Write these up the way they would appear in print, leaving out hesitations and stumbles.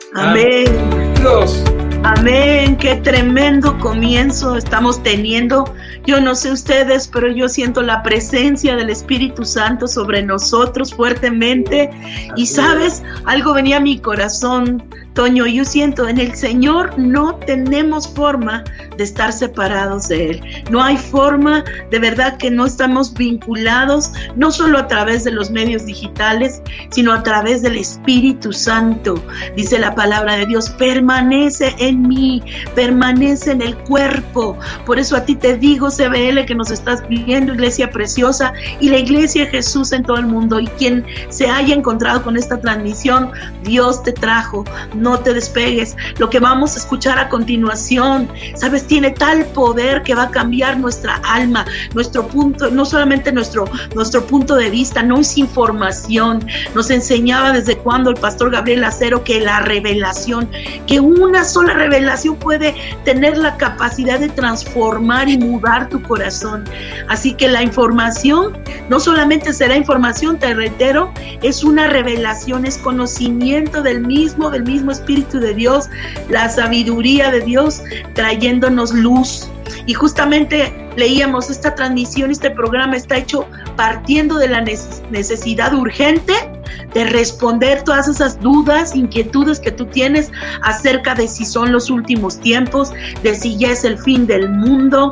Amén. Dios. Amén, qué tremendo comienzo estamos teniendo. Yo no sé ustedes, pero yo siento la presencia del Espíritu Santo sobre nosotros fuertemente. Y sabes, algo venía a mi corazón, Toño, yo siento, en el Señor no tenemos forma de estar separados de Él. No hay forma, de verdad que no estamos vinculados, no solo a través de los medios digitales, sino a través del Espíritu Santo. Dice la palabra de Dios, permanece en mí, permanece en el cuerpo. Por eso a ti te digo, CBL, que nos estás viendo, iglesia preciosa, y la iglesia de Jesús en todo el mundo, y quien se haya encontrado con esta transmisión, Dios te trajo. No te despegues. Lo que vamos a escuchar a continuación, sabes, tiene tal poder que va a cambiar nuestra alma, nuestro punto, no solamente nuestro punto de vista, no es información. Nos enseñaba desde cuando el pastor Gabriel Acero que la revelación, que una sola revelación puede tener la capacidad de transformar y mudar tu corazón. Así que la información no solamente será información, te reitero, es una revelación, es conocimiento del mismo Espíritu de Dios, la sabiduría de Dios trayéndonos luz. Y justamente leíamos esta transmisión, este programa está hecho partiendo de la necesidad urgente de responder todas esas dudas, inquietudes que tú tienes acerca de si son los últimos tiempos, de si ya es el fin del mundo.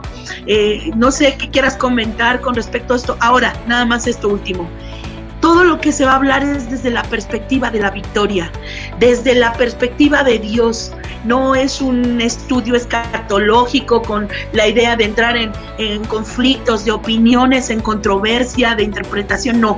No sé qué quieras comentar con respecto a esto. Ahora, nada más esto último. Todo lo que se va a hablar es desde la perspectiva de la victoria, desde la perspectiva de Dios. No es un estudio escatológico con la idea de entrar en conflictos, de opiniones, en controversia, de interpretación. No,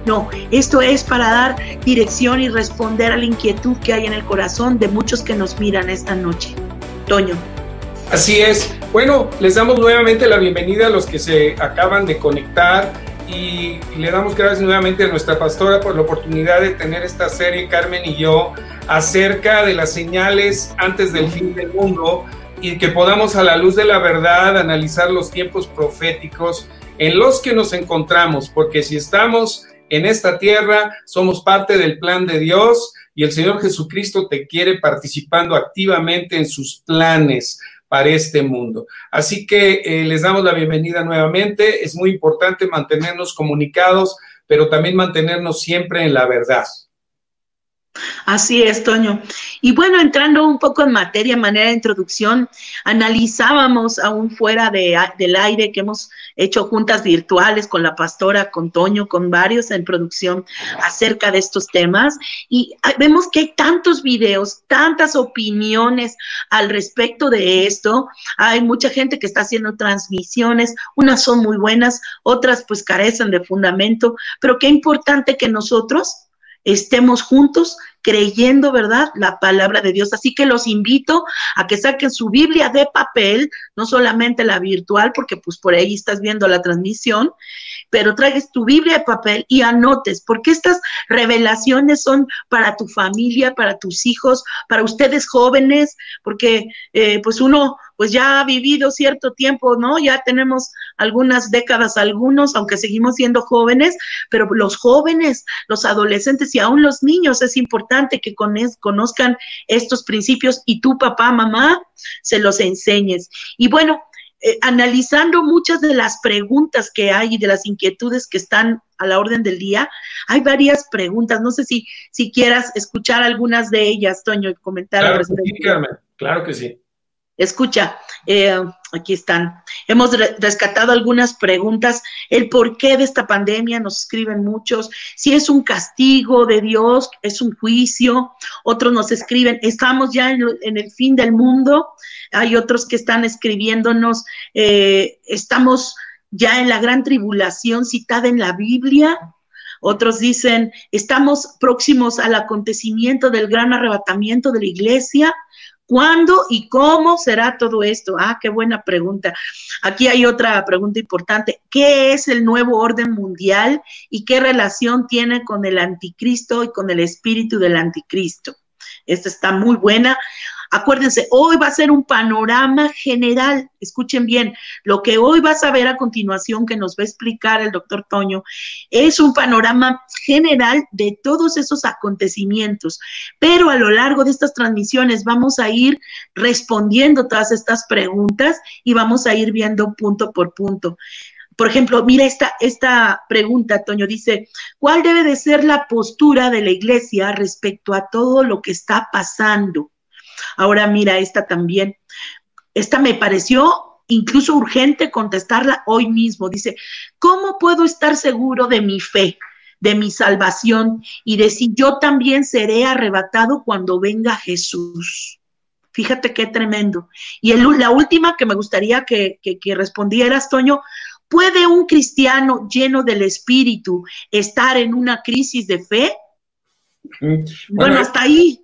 esto es para dar dirección y responder a la inquietud que hay en el corazón de muchos que nos miran esta noche. Toño. Así es. Bueno, les damos nuevamente la bienvenida a los que se acaban de conectar. Y le damos gracias nuevamente a nuestra pastora por la oportunidad de tener esta serie, Carmen y yo, acerca de las señales antes del fin del mundo, y que podamos a la luz de la verdad analizar los tiempos proféticos en los que nos encontramos, porque si estamos en esta tierra, somos parte del plan de Dios, y el Señor Jesucristo te quiere participando activamente en sus planes para este mundo. Así que les damos la bienvenida nuevamente. Es muy importante mantenernos comunicados, pero también mantenernos siempre en la verdad. Así es, Toño. Y bueno, entrando un poco en materia, manera de introducción, analizábamos aún fuera del aire que hemos hecho juntas virtuales con la pastora, con Toño, con varios en producción acerca de estos temas, y vemos que hay tantos videos, tantas opiniones al respecto de esto. Hay mucha gente que está haciendo transmisiones, unas son muy buenas, otras pues carecen de fundamento, pero qué importante que nosotros estemos juntos creyendo, ¿verdad?, la palabra de Dios. Así que los invito a que saquen su Biblia de papel, no solamente la virtual, porque pues por ahí estás viendo la transmisión, pero traigas tu Biblia de papel y anotes, porque estas revelaciones son para tu familia, para tus hijos, para ustedes jóvenes, porque pues uno pues ya ha vivido cierto tiempo, ¿no? Ya tenemos algunas décadas, algunos, aunque seguimos siendo jóvenes, pero los jóvenes, los adolescentes y aún los niños, es importante que conozcan estos principios y tú, papá, mamá, se los enseñes. Y bueno, analizando muchas de las preguntas que hay y de las inquietudes que están a la orden del día, hay varias preguntas. No sé si quieras escuchar algunas de ellas, Toño, y comentar. Claro que sí, Carmen, claro que sí. Escucha, aquí están. Hemos rescatado algunas preguntas. El porqué de esta pandemia, nos escriben muchos. Si es un castigo de Dios, es un juicio. Otros nos escriben, estamos ya en el fin del mundo. Hay otros que están escribiéndonos, estamos ya en la gran tribulación citada en la Biblia. Otros dicen, estamos próximos al acontecimiento del gran arrebatamiento de la iglesia. ¿Cuándo y cómo será todo esto? Ah, qué buena pregunta. Aquí hay otra pregunta importante. ¿Qué es el nuevo orden mundial y qué relación tiene con el anticristo y con el espíritu del anticristo? Esta está muy buena. Acuérdense, hoy va a ser un panorama general. Escuchen bien, lo que hoy vas a ver a continuación, que nos va a explicar el doctor Toño, es un panorama general de todos esos acontecimientos. Pero a lo largo de estas transmisiones vamos a ir respondiendo todas estas preguntas y vamos a ir viendo punto por punto. Por ejemplo, mira esta pregunta, Toño, dice, ¿cuál debe de ser la postura de la iglesia respecto a todo lo que está pasando? Ahora mira esta también. Esta me pareció incluso urgente contestarla hoy mismo. Dice, ¿cómo puedo estar seguro de mi fe, de mi salvación y de si yo también seré arrebatado cuando venga Jesús? Fíjate qué tremendo. Y la última que me gustaría que respondieras, Toño, ¿puede un cristiano lleno del Espíritu estar en una crisis de fe? Bueno, hasta ahí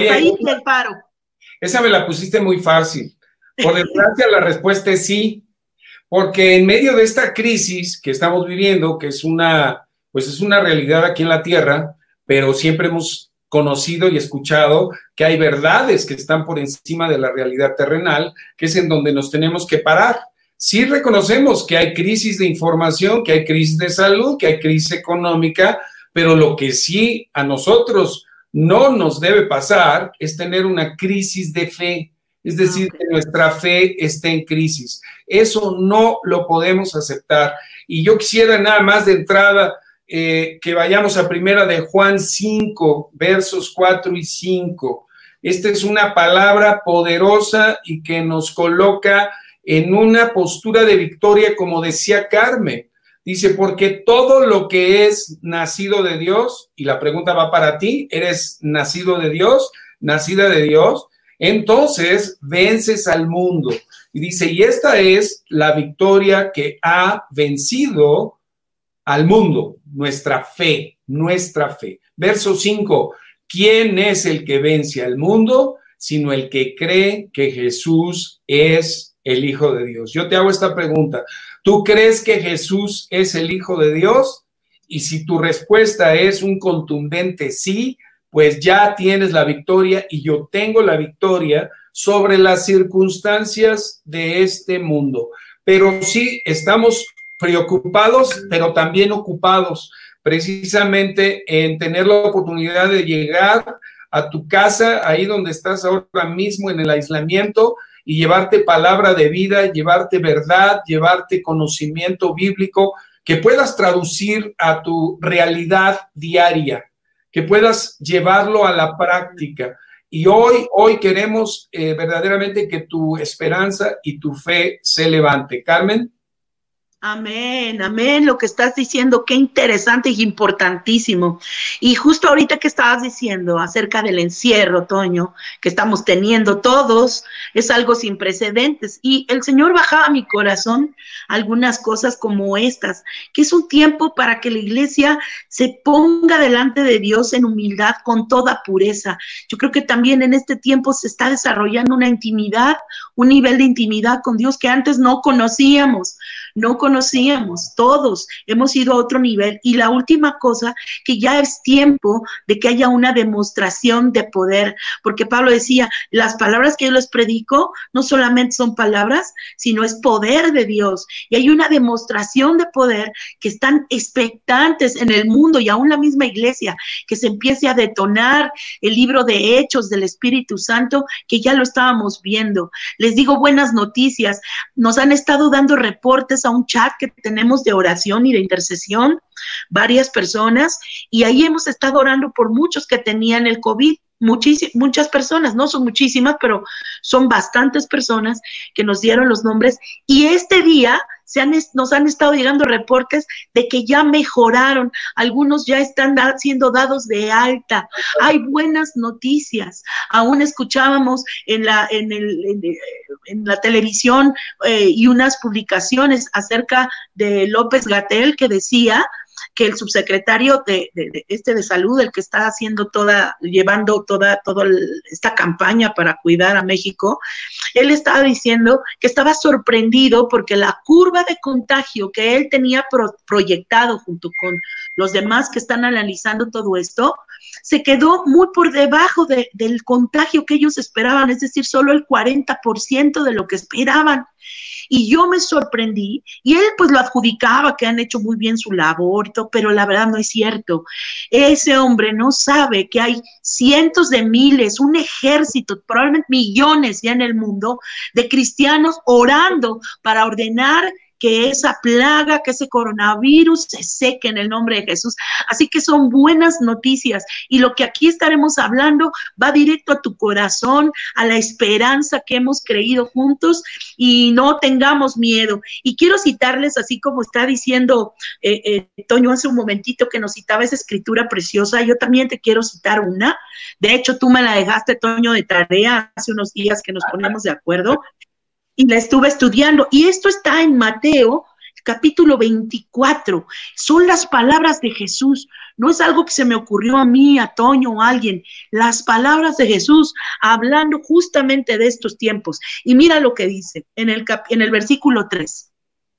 le paro. Esa me la pusiste muy fácil. Por desgracia, la respuesta es sí, porque en medio de esta crisis que estamos viviendo, que es una realidad aquí en la tierra, pero siempre hemos conocido y escuchado que hay verdades que están por encima de la realidad terrenal, que es en donde nos tenemos que parar. Sí reconocemos que hay crisis de información, que hay crisis de salud, que hay crisis económica, pero lo que sí a nosotros no nos debe pasar es tener una crisis de fe, es decir, que nuestra fe esté en crisis. Eso no lo podemos aceptar. Y yo quisiera nada más de entrada que vayamos a primera de Juan 5, versos 4 y 5. Esta es una palabra poderosa y que nos coloca en una postura de victoria, como decía Carmen. Dice, porque todo lo que es nacido de Dios, y la pregunta va para ti, ¿eres nacido de Dios, nacida de Dios? Entonces vences al mundo. Y dice, y esta es la victoria que ha vencido al mundo, nuestra fe, nuestra fe. Verso 5, ¿quién es el que vence al mundo? Sino el que cree que Jesús es el Hijo de Dios. Yo te hago esta pregunta. ¿Tú crees que Jesús es el Hijo de Dios? Y si tu respuesta es un contundente sí, pues ya tienes la victoria y yo tengo la victoria sobre las circunstancias de este mundo. Pero sí estamos preocupados, pero también ocupados, precisamente en tener la oportunidad de llegar a tu casa, ahí donde estás ahora mismo en el aislamiento, y llevarte palabra de vida, llevarte verdad, llevarte conocimiento bíblico, que puedas traducir a tu realidad diaria, que puedas llevarlo a la práctica. Y hoy queremos verdaderamente que tu esperanza y tu fe se levante. Carmen. Amén, amén, lo que estás diciendo, qué interesante y importantísimo. Y justo ahorita que estabas diciendo acerca del encierro, Toño, que estamos teniendo todos, es algo sin precedentes. Y el Señor bajaba a mi corazón algunas cosas como estas, que es un tiempo para que la iglesia se ponga delante de Dios en humildad con toda pureza. Yo creo que también en este tiempo se está desarrollando una intimidad, un nivel de intimidad con Dios que antes no conocíamos, todos hemos ido a otro nivel. Y la última cosa, que ya es tiempo de que haya una demostración de poder, porque Pablo decía, las palabras que yo les predico no solamente son palabras, sino es poder de Dios, y hay una demostración de poder que están expectantes en el mundo y aún la misma iglesia, que se empiece a detonar el libro de Hechos del Espíritu Santo, que ya lo estábamos viendo. Les digo buenas noticias, nos han estado dando reportes a un chat que tenemos de oración y de intercesión, varias personas, y ahí hemos estado orando por muchos que tenían el COVID, muchas personas, no son muchísimas, pero son bastantes personas que nos dieron los nombres, y este día nos han estado llegando reportes de que ya mejoraron, algunos ya están siendo dados de alta. Hay buenas noticias. Aún escuchábamos en la televisión y unas publicaciones acerca de López-Gatell que decía que el subsecretario de salud, el que está haciendo llevando toda esta campaña para cuidar a México, él estaba diciendo que estaba sorprendido porque la curva de contagio que él tenía proyectado junto con los demás que están analizando todo esto, se quedó muy por debajo del contagio que ellos esperaban, es decir, solo el 40% de lo que esperaban. Y yo me sorprendí, y él pues lo adjudicaba que han hecho muy bien su labor, pero la verdad no es cierto. Ese hombre no sabe que hay cientos de miles, un ejército, probablemente millones ya en el mundo, de cristianos orando para ordenar que esa plaga, que ese coronavirus se seque en el nombre de Jesús. Así que son buenas noticias, y lo que aquí estaremos hablando va directo a tu corazón, a la esperanza que hemos creído juntos, y no tengamos miedo. Y quiero citarles, así como está diciendo Toño hace un momentito que nos citaba esa escritura preciosa, yo también te quiero citar una. De hecho, tú me la dejaste, Toño, de tarea hace unos días que nos ponemos de acuerdo, y la estuve estudiando, y esto está en Mateo, capítulo 24, son las palabras de Jesús, no es algo que se me ocurrió a mí, a Toño o a alguien, las palabras de Jesús, hablando justamente de estos tiempos, y mira lo que dice, en el versículo 3,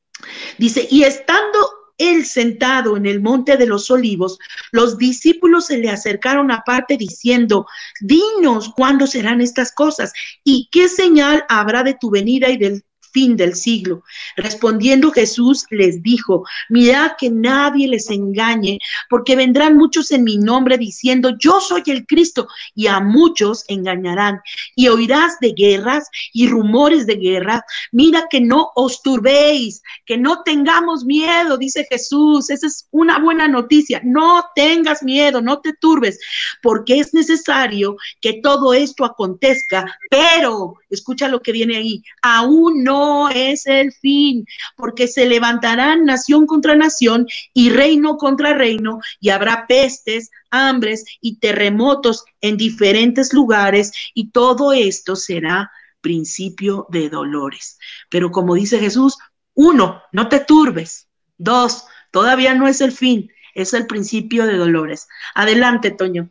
dice, y estando él sentado en el monte de los olivos, los discípulos se le acercaron aparte diciendo, dinos cuándo serán estas cosas y qué señal habrá de tu venida y del fin del siglo. Respondiendo Jesús les dijo, mirad que nadie les engañe, porque vendrán muchos en mi nombre diciendo, yo soy el Cristo, y a muchos engañarán, y oirás de guerras y rumores de guerra. Mira que no os turbéis, que no tengamos miedo, dice Jesús. Esa es una buena noticia. No tengas miedo, no te turbes, porque es necesario que todo esto acontezca, pero, escucha lo que viene ahí, aún no es el fin, porque se levantarán nación contra nación y reino contra reino, y habrá pestes, hambres y terremotos en diferentes lugares, y todo esto será principio de dolores. Pero como dice Jesús, 1, no te turbes. 2, todavía no es el fin, es el principio de dolores. Adelante, Toño.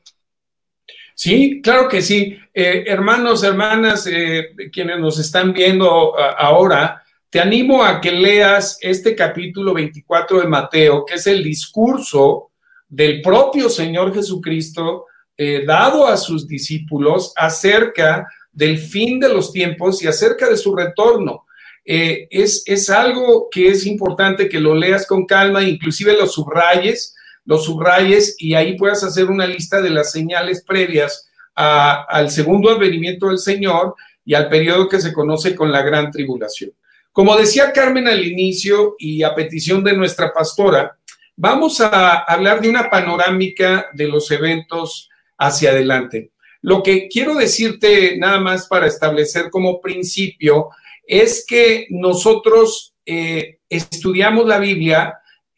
Sí, claro que sí. Hermanos, hermanas, quienes nos están viendo ahora, te animo a que leas este capítulo 24 de Mateo, que es el discurso del propio Señor Jesucristo dado a sus discípulos acerca del fin de los tiempos y acerca de su retorno. Es algo que es importante que lo leas con calma, inclusive lo subrayes, y ahí puedas hacer una lista de las señales previas al segundo advenimiento del Señor y al periodo que se conoce con la gran tribulación. Como decía Carmen al inicio y a petición de nuestra pastora, vamos a hablar de una panorámica de los eventos hacia adelante. Lo que quiero decirte nada más para establecer como principio es que nosotros estudiamos la Biblia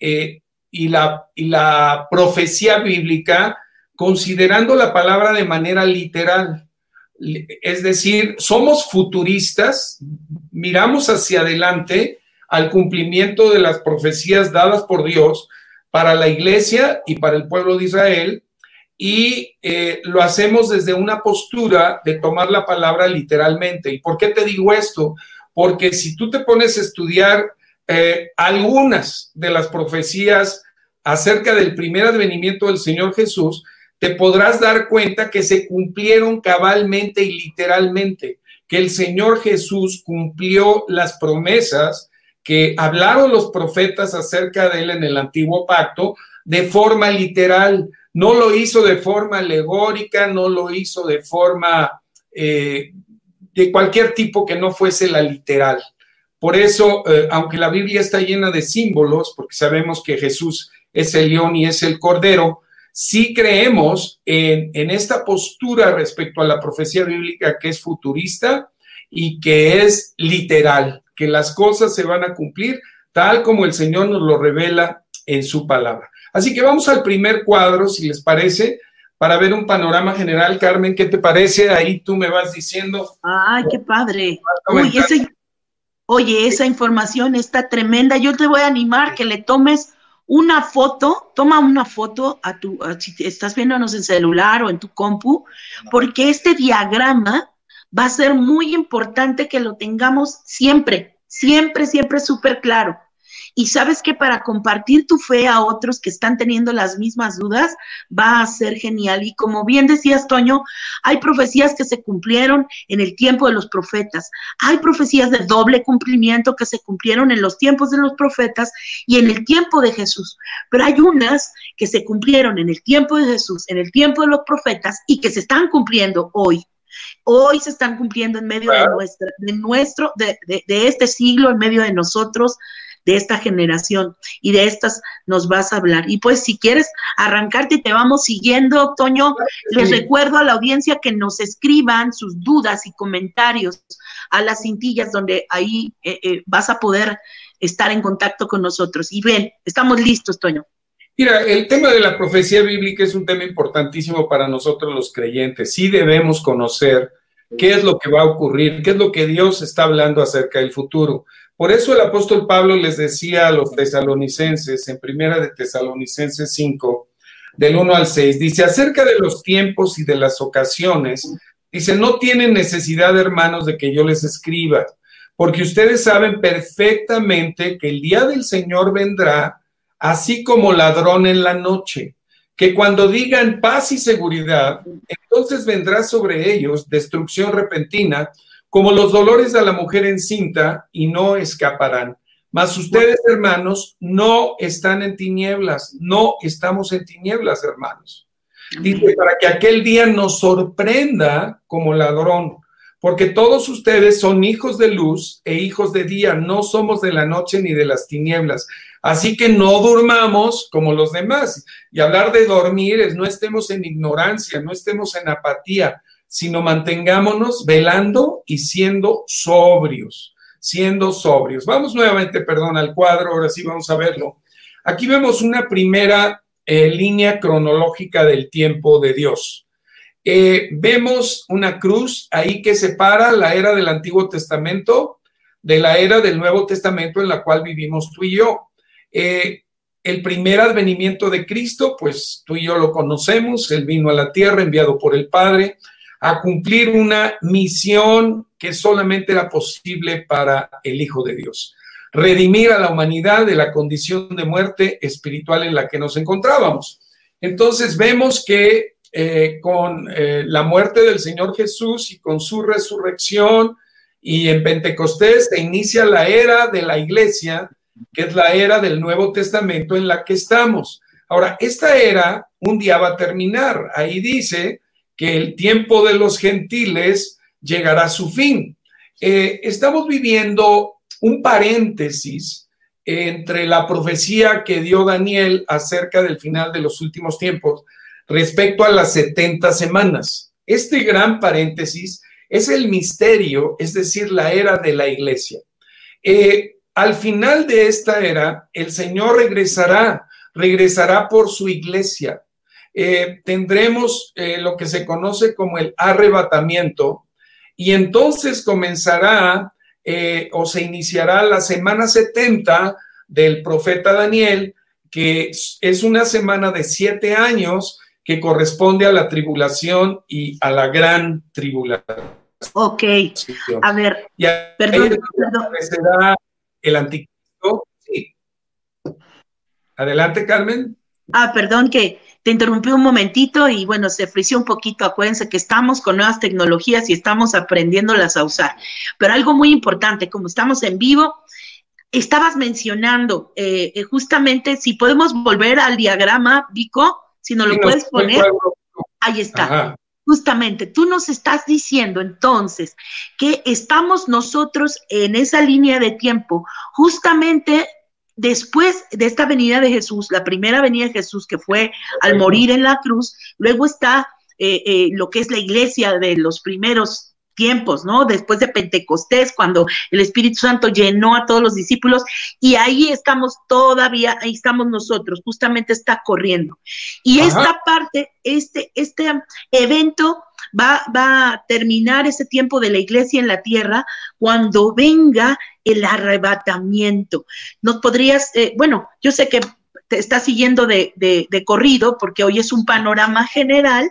y la profecía bíblica considerando la palabra de manera literal. Es decir, somos futuristas, miramos hacia adelante al cumplimiento de las profecías dadas por Dios para la iglesia y para el pueblo de Israel, y lo hacemos desde una postura de tomar la palabra literalmente. ¿Y por qué te digo esto? Porque si tú te pones a estudiar algunas de las profecías acerca del primer advenimiento del Señor Jesús, te podrás dar cuenta que se cumplieron cabalmente y literalmente, que el Señor Jesús cumplió las promesas que hablaron los profetas acerca de él en el antiguo pacto de forma literal. No lo hizo de forma alegórica, no lo hizo de forma de cualquier tipo que no fuese la literal. Por eso, aunque la Biblia está llena de símbolos, porque sabemos que Jesús es el león y es el cordero, sí creemos en esta postura respecto a la profecía bíblica que es futurista y que es literal, que las cosas se van a cumplir tal como el Señor nos lo revela en su palabra. Así que vamos al primer cuadro, si les parece, para ver un panorama general. Carmen, ¿qué te parece? Ahí tú me vas diciendo. ¡Ay, qué padre! Oye, esa información está tremenda. Yo te voy a animar que le tomes una foto, toma una foto si estás viéndonos en celular o en tu compu, porque este diagrama va a ser muy importante que lo tengamos siempre, siempre, siempre súper claro. Y sabes que para compartir tu fe a otros que están teniendo las mismas dudas, va a ser genial. Y como bien decías, Toño, hay profecías que se cumplieron en el tiempo de los profetas. Hay profecías de doble cumplimiento que se cumplieron en los tiempos de los profetas y en el tiempo de Jesús. Pero hay unas que se cumplieron en el tiempo de Jesús, en el tiempo de los profetas y que se están cumpliendo hoy. Hoy se están cumpliendo en medio de este siglo, en medio de nosotros, de esta generación, y de estas nos vas a hablar. Y pues si quieres arrancarte y te vamos siguiendo, Toño, les recuerdo a la audiencia que nos escriban sus dudas y comentarios a las cintillas donde ahí vas a poder estar en contacto con nosotros. Y ven, estamos listos, Toño. Mira, el tema de la profecía bíblica es un tema importantísimo para nosotros los creyentes. Sí debemos conocer qué es lo que va a ocurrir, qué es lo que Dios está hablando acerca del futuro. Por eso el apóstol Pablo les decía a los tesalonicenses, en primera de Tesalonicenses 5, del 1 al 6, dice, acerca de los tiempos y de las ocasiones, dice, no tienen necesidad, hermanos, de que yo les escriba, porque ustedes saben perfectamente que el día del Señor vendrá, así como ladrón en la noche, que cuando digan paz y seguridad, entonces vendrá sobre ellos destrucción repentina, como los dolores de la mujer encinta, y no escaparán. Mas ustedes, hermanos, no están en tinieblas, no estamos en tinieblas, hermanos. Dice, para que aquel día nos sorprenda como ladrón, porque todos ustedes son hijos de luz e hijos de día, no somos de la noche ni de las tinieblas. Así que no durmamos como los demás. Y hablar de dormir es no estemos en ignorancia, no estemos en apatía, sino mantengámonos velando y siendo sobrios, Vamos nuevamente, al cuadro, ahora sí vamos a verlo. Aquí vemos una primera línea cronológica del tiempo de Dios. Vemos una cruz ahí que separa la era del Antiguo Testamento de la era del Nuevo Testamento en la cual vivimos tú y yo. El primer advenimiento de Cristo, pues tú y yo lo conocemos, Él vino a la tierra enviado por el Padre a cumplir una misión que solamente era posible para el Hijo de Dios, redimir a la humanidad de la condición de muerte espiritual en la que nos encontrábamos. Entonces vemos que con la muerte del Señor Jesús y con su resurrección y en Pentecostés se inicia la era de la iglesia, que es la era del Nuevo Testamento en la que estamos. Ahora, esta era un día va a terminar. Ahí dice que el tiempo de los gentiles llegará a su fin. Estamos viviendo un paréntesis entre la profecía que dio Daniel acerca del final de los últimos tiempos respecto a las 70 semanas. Este gran paréntesis es el misterio, es decir, la era de la iglesia. Al final de esta era, el Señor regresará por su iglesia. Tendremos lo que se conoce como el arrebatamiento, y entonces comenzará o se iniciará la semana 70 del profeta Daniel, que es una semana de 7 años que corresponde a la tribulación y a la gran tribulación. Ok, a ver, perdón. Será el anticristo. Sí. Adelante, Carmen. Perdón que te interrumpí un momentito y bueno, se frició un poquito. Acuérdense que estamos con nuevas tecnologías y estamos aprendiéndolas a usar. Pero algo muy importante, como estamos en vivo, estabas mencionando justamente, si podemos volver al diagrama, Vico, si nos lo puedes poner, ahí está. Ajá. Justamente, tú nos estás diciendo entonces que estamos nosotros en esa línea de tiempo, justamente después de esta venida de Jesús, la primera venida de Jesús que fue al morir en la cruz, luego está lo que es la iglesia de los primeros tiempos, ¿no? Después de Pentecostés, cuando el Espíritu Santo llenó a todos los discípulos, y ahí estamos todavía, ahí estamos nosotros, justamente está corriendo. Y esta parte, este evento va a terminar ese tiempo de la iglesia en la tierra cuando venga el arrebatamiento. ¿Nos podrías, bueno, yo sé que te está siguiendo de corrido, porque hoy es un panorama general,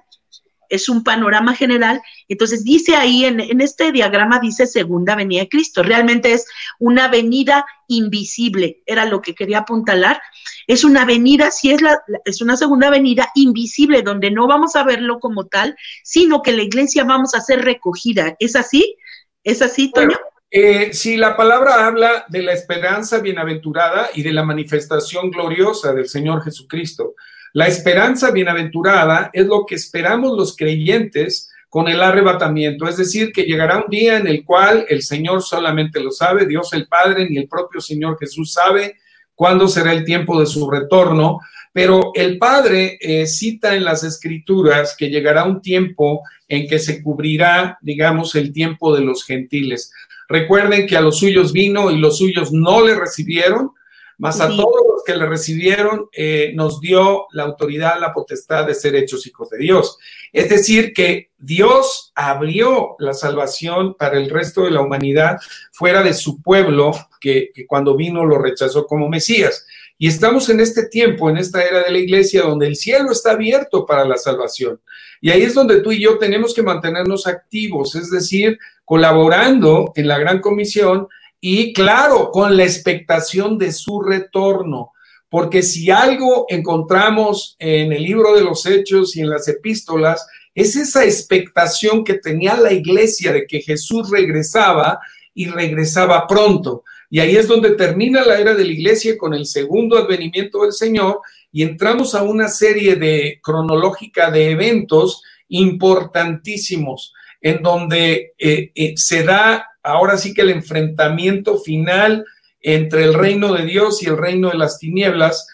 entonces dice ahí, en este diagrama dice segunda venida de Cristo, realmente es una venida invisible, era lo que quería apuntalar, es una venida, sí es una segunda venida invisible, donde no vamos a verlo como tal, sino que la iglesia vamos a ser recogida, ¿es así? ¿Es así, Toño? Bueno, sí, la palabra habla de la esperanza bienaventurada y de la manifestación gloriosa del Señor Jesucristo. La esperanza bienaventurada es lo que esperamos los creyentes con el arrebatamiento, es decir, que llegará un día en el cual el Señor solamente lo sabe, Dios el Padre, ni el propio Señor Jesús sabe cuándo será el tiempo de su retorno, pero el Padre cita en las Escrituras que llegará un tiempo en que se cubrirá, digamos, el tiempo de los gentiles. Recuerden que a los suyos vino y los suyos no le recibieron, mas a todos los que le recibieron nos dio la autoridad, la potestad de ser hechos hijos de Dios. Es decir, que Dios abrió la salvación para el resto de la humanidad fuera de su pueblo, que cuando vino lo rechazó como Mesías. Y estamos en este tiempo, en esta era de la iglesia, donde el cielo está abierto para la salvación. Y ahí es donde tú y yo tenemos que mantenernos activos, es decir, colaborando en la gran comisión y, claro, con la expectación de su retorno. Porque si algo encontramos en el libro de los Hechos y en las epístolas, es esa expectación que tenía la iglesia de que Jesús regresaba y regresaba pronto. Y ahí es donde termina la era de la iglesia con el segundo advenimiento del Señor y entramos a una serie cronológica de eventos importantísimos en donde se da ahora sí que el enfrentamiento final entre el reino de Dios y el reino de las tinieblas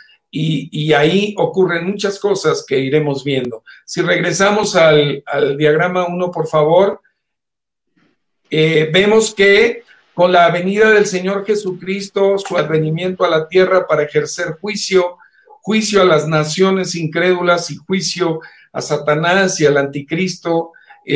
y ahí ocurren muchas cosas que iremos viendo. Si regresamos al diagrama 1, por favor, vemos que con la venida del Señor Jesucristo, su advenimiento a la tierra para ejercer juicio a las naciones incrédulas y juicio a Satanás y al anticristo,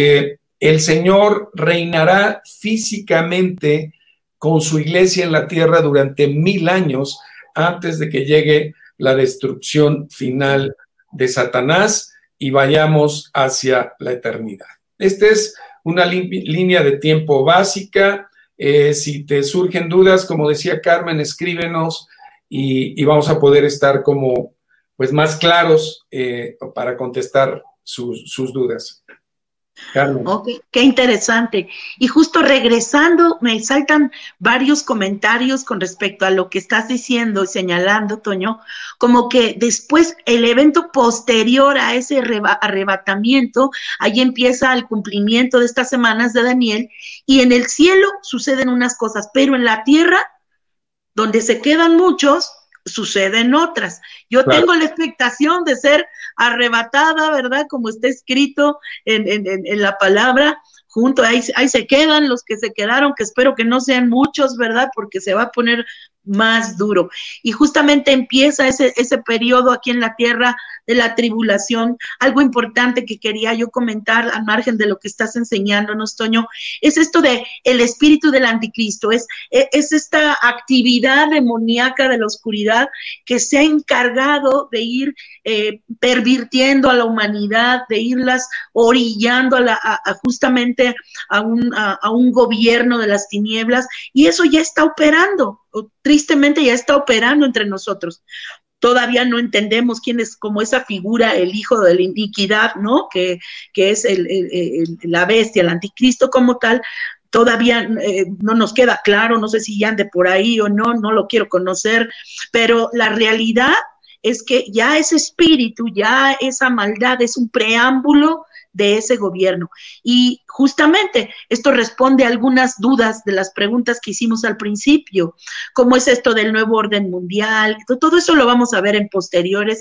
el Señor reinará físicamente con su iglesia en la tierra durante 1000 años antes de que llegue la destrucción final de Satanás y vayamos hacia la eternidad. Esta es una línea de tiempo básica. Si te surgen dudas, como decía Carmen, escríbenos y vamos a poder estar como pues más claros para contestar sus dudas. Carmen. Ok, qué interesante. Y justo regresando, me saltan varios comentarios con respecto a lo que estás diciendo y señalando, Toño, como que después el evento posterior a ese arrebatamiento, ahí empieza el cumplimiento de estas semanas de Daniel, y en el cielo suceden unas cosas, pero en la tierra, donde se quedan muchos, suceden otras. Yo tengo la expectación de ser arrebatada, ¿verdad? Como está escrito en la palabra, junto, ahí se quedan los que se quedaron, que espero que no sean muchos, ¿verdad? Porque se va a poner más duro. Y justamente empieza ese periodo aquí en la tierra de la tribulación. Algo importante que quería yo comentar al margen de lo que estás enseñándonos, Toño, es esto de el espíritu del anticristo, es esta actividad demoníaca de la oscuridad que se ha encargado de ir pervirtiendo a la humanidad, de irlas orillando justamente a un gobierno de las tinieblas, y eso ya está operando, tristemente ya está operando entre nosotros. Todavía no entendemos quién es como esa figura, el hijo de la iniquidad, ¿no? Que es la bestia, el anticristo como tal. Todavía no nos queda claro, no sé si ya ande por ahí o no lo quiero conocer, pero la realidad es que ya ese espíritu, ya esa maldad es un preámbulo de ese gobierno. Y justamente esto responde a algunas dudas de las preguntas que hicimos al principio. ¿Cómo es esto del nuevo orden mundial? Todo eso lo vamos a ver en posteriores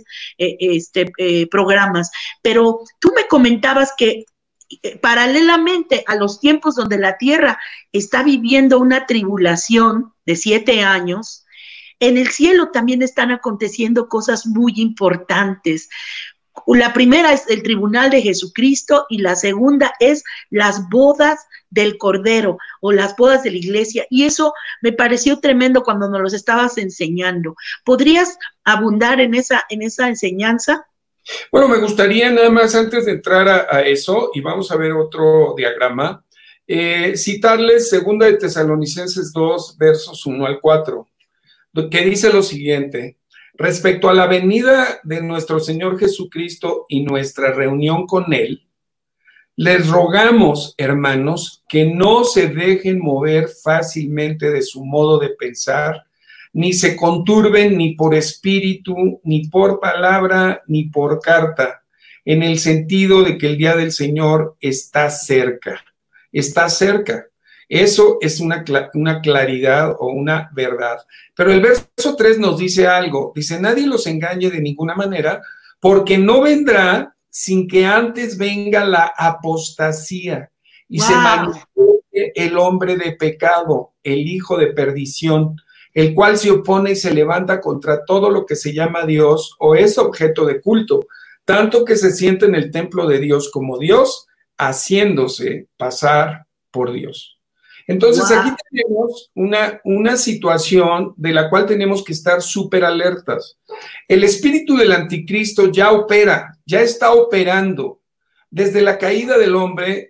programas. Pero tú me comentabas que paralelamente a los tiempos donde la tierra está viviendo una tribulación de 7 años, en el cielo también están aconteciendo cosas muy importantes. La primera es el tribunal de Jesucristo y la segunda es las bodas del Cordero o las bodas de la iglesia. Y eso me pareció tremendo cuando nos los estabas enseñando. ¿Podrías abundar en esa enseñanza? Bueno, me gustaría nada más antes de entrar a eso, y vamos a ver otro diagrama, citarles 2 de Tesalonicenses 2, versos 1 al 4, que dice lo siguiente: respecto a la venida de nuestro Señor Jesucristo y nuestra reunión con Él, les rogamos, hermanos, que no se dejen mover fácilmente de su modo de pensar, ni se conturben ni por espíritu, ni por palabra, ni por carta, en el sentido de que el día del Señor está cerca. Está cerca. Eso es una claridad o una verdad. Pero el verso 3 nos dice algo. Dice: nadie los engañe de ninguna manera, porque no vendrá sin que antes venga la apostasía y se manifieste el hombre de pecado, el hijo de perdición, el cual se opone y se levanta contra todo lo que se llama Dios o es objeto de culto, tanto que se siente en el templo de Dios como Dios, haciéndose pasar por Dios. Entonces aquí tenemos una situación de la cual tenemos que estar súper alertas. El espíritu del anticristo ya opera, ya está operando. Desde la caída del hombre,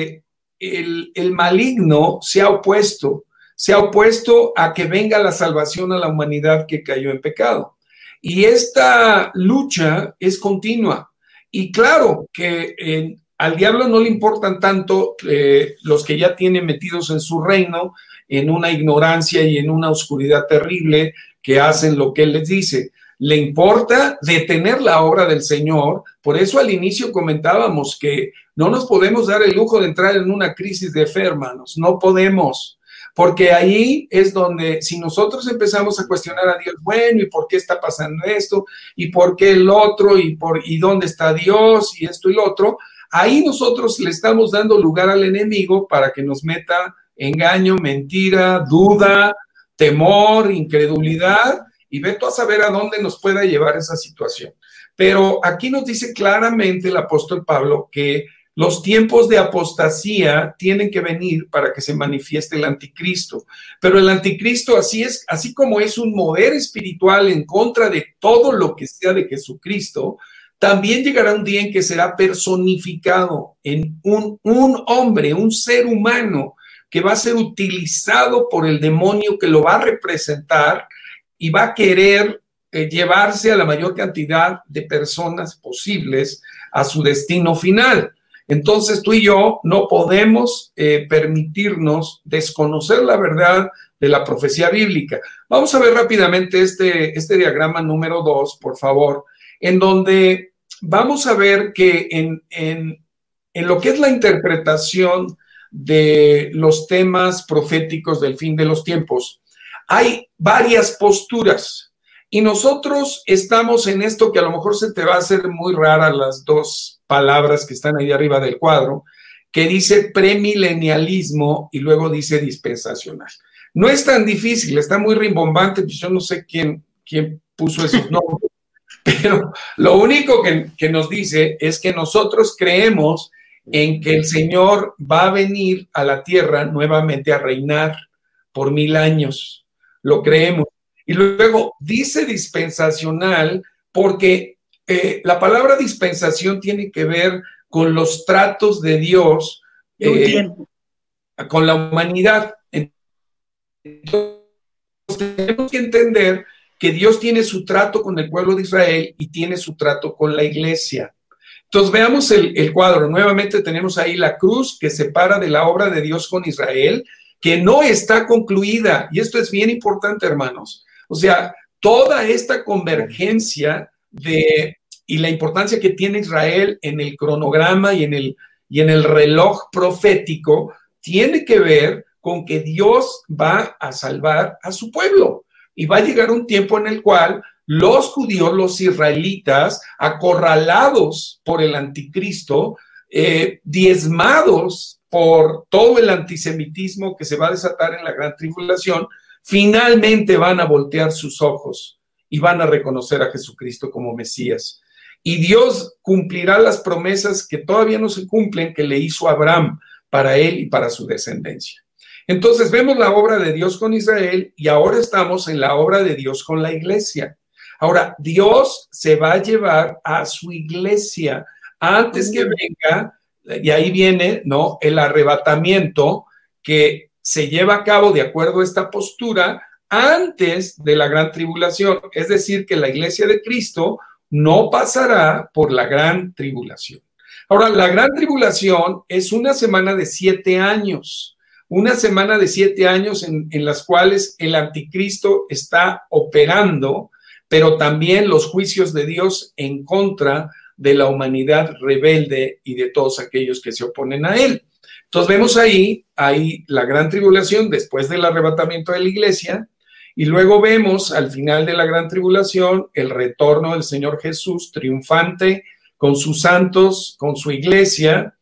el maligno se ha opuesto a que venga la salvación a la humanidad que cayó en pecado. Y esta lucha es continua. Y claro que al diablo no le importan tanto los que ya tienen metidos en su reino, en una ignorancia y en una oscuridad terrible, que hacen lo que él les dice. Le importa detener la obra del Señor. Por eso al inicio comentábamos que no nos podemos dar el lujo de entrar en una crisis de fe, hermanos. No podemos. Porque ahí es donde, si nosotros empezamos a cuestionar a Dios, bueno, ¿y por qué está pasando esto? ¿Y por qué el otro? ¿Y dónde está Dios? Y esto y lo otro. Ahí nosotros le estamos dando lugar al enemigo para que nos meta engaño, mentira, duda, temor, incredulidad, y ve tú a saber a dónde nos pueda llevar esa situación. Pero aquí nos dice claramente el apóstol Pablo que los tiempos de apostasía tienen que venir para que se manifieste el anticristo. Pero el anticristo así como es un mover espiritual en contra de todo lo que sea de Jesucristo, también llegará un día en que será personificado en un hombre, un ser humano, que va a ser utilizado por el demonio, que lo va a representar y va a querer llevarse a la mayor cantidad de personas posibles a su destino final. Entonces tú y yo no podemos permitirnos desconocer la verdad de la profecía bíblica. Vamos a ver rápidamente este diagrama número 2, por favor, en donde vamos a ver que en lo que es la interpretación de los temas proféticos del fin de los tiempos, hay varias posturas. Y nosotros estamos en esto que a lo mejor se te va a hacer muy rara, las dos palabras que están ahí arriba del cuadro, que dice premilenialismo y luego dice dispensacional. No es tan difícil, está muy rimbombante, pues yo no sé quién puso esos nombres, pero lo único que nos dice es que nosotros creemos en que el Señor va a venir a la tierra nuevamente a reinar por 1000 años. Lo creemos. Y luego dice dispensacional porque la palabra dispensación tiene que ver con los tratos de Dios con la humanidad. Entonces tenemos que entender que Dios tiene su trato con el pueblo de Israel y tiene su trato con la iglesia. Entonces veamos el cuadro. Nuevamente tenemos ahí la cruz que separa de la obra de Dios con Israel, que no está concluida. Y esto es bien importante, hermanos. O sea, toda esta convergencia y la importancia que tiene Israel en el cronograma y en el reloj profético tiene que ver con que Dios va a salvar a su pueblo. Y va a llegar un tiempo en el cual los judíos, los israelitas, acorralados por el anticristo, diezmados por todo el antisemitismo que se va a desatar en la gran tribulación, finalmente van a voltear sus ojos y van a reconocer a Jesucristo como Mesías. y Dios cumplirá las promesas que todavía no se cumplen, que le hizo a Abraham para él y para su descendencia. Entonces vemos la obra de Dios con Israel y ahora estamos en la obra de Dios con la iglesia. Ahora, Dios se va a llevar a su iglesia antes que venga, y ahí viene, ¿no?, el arrebatamiento que se lleva a cabo de acuerdo a esta postura antes de la gran tribulación. Es decir, que la iglesia de Cristo no pasará por la gran tribulación. Ahora, la gran tribulación es una semana de 7 años. Una semana de 7 años en las cuales el anticristo está operando, pero también los juicios de Dios en contra de la humanidad rebelde y de todos aquellos que se oponen a él. Entonces vemos ahí la gran tribulación después del arrebatamiento de la iglesia, y luego vemos al final de la gran tribulación el retorno del Señor Jesús triunfante con sus santos, con su iglesia,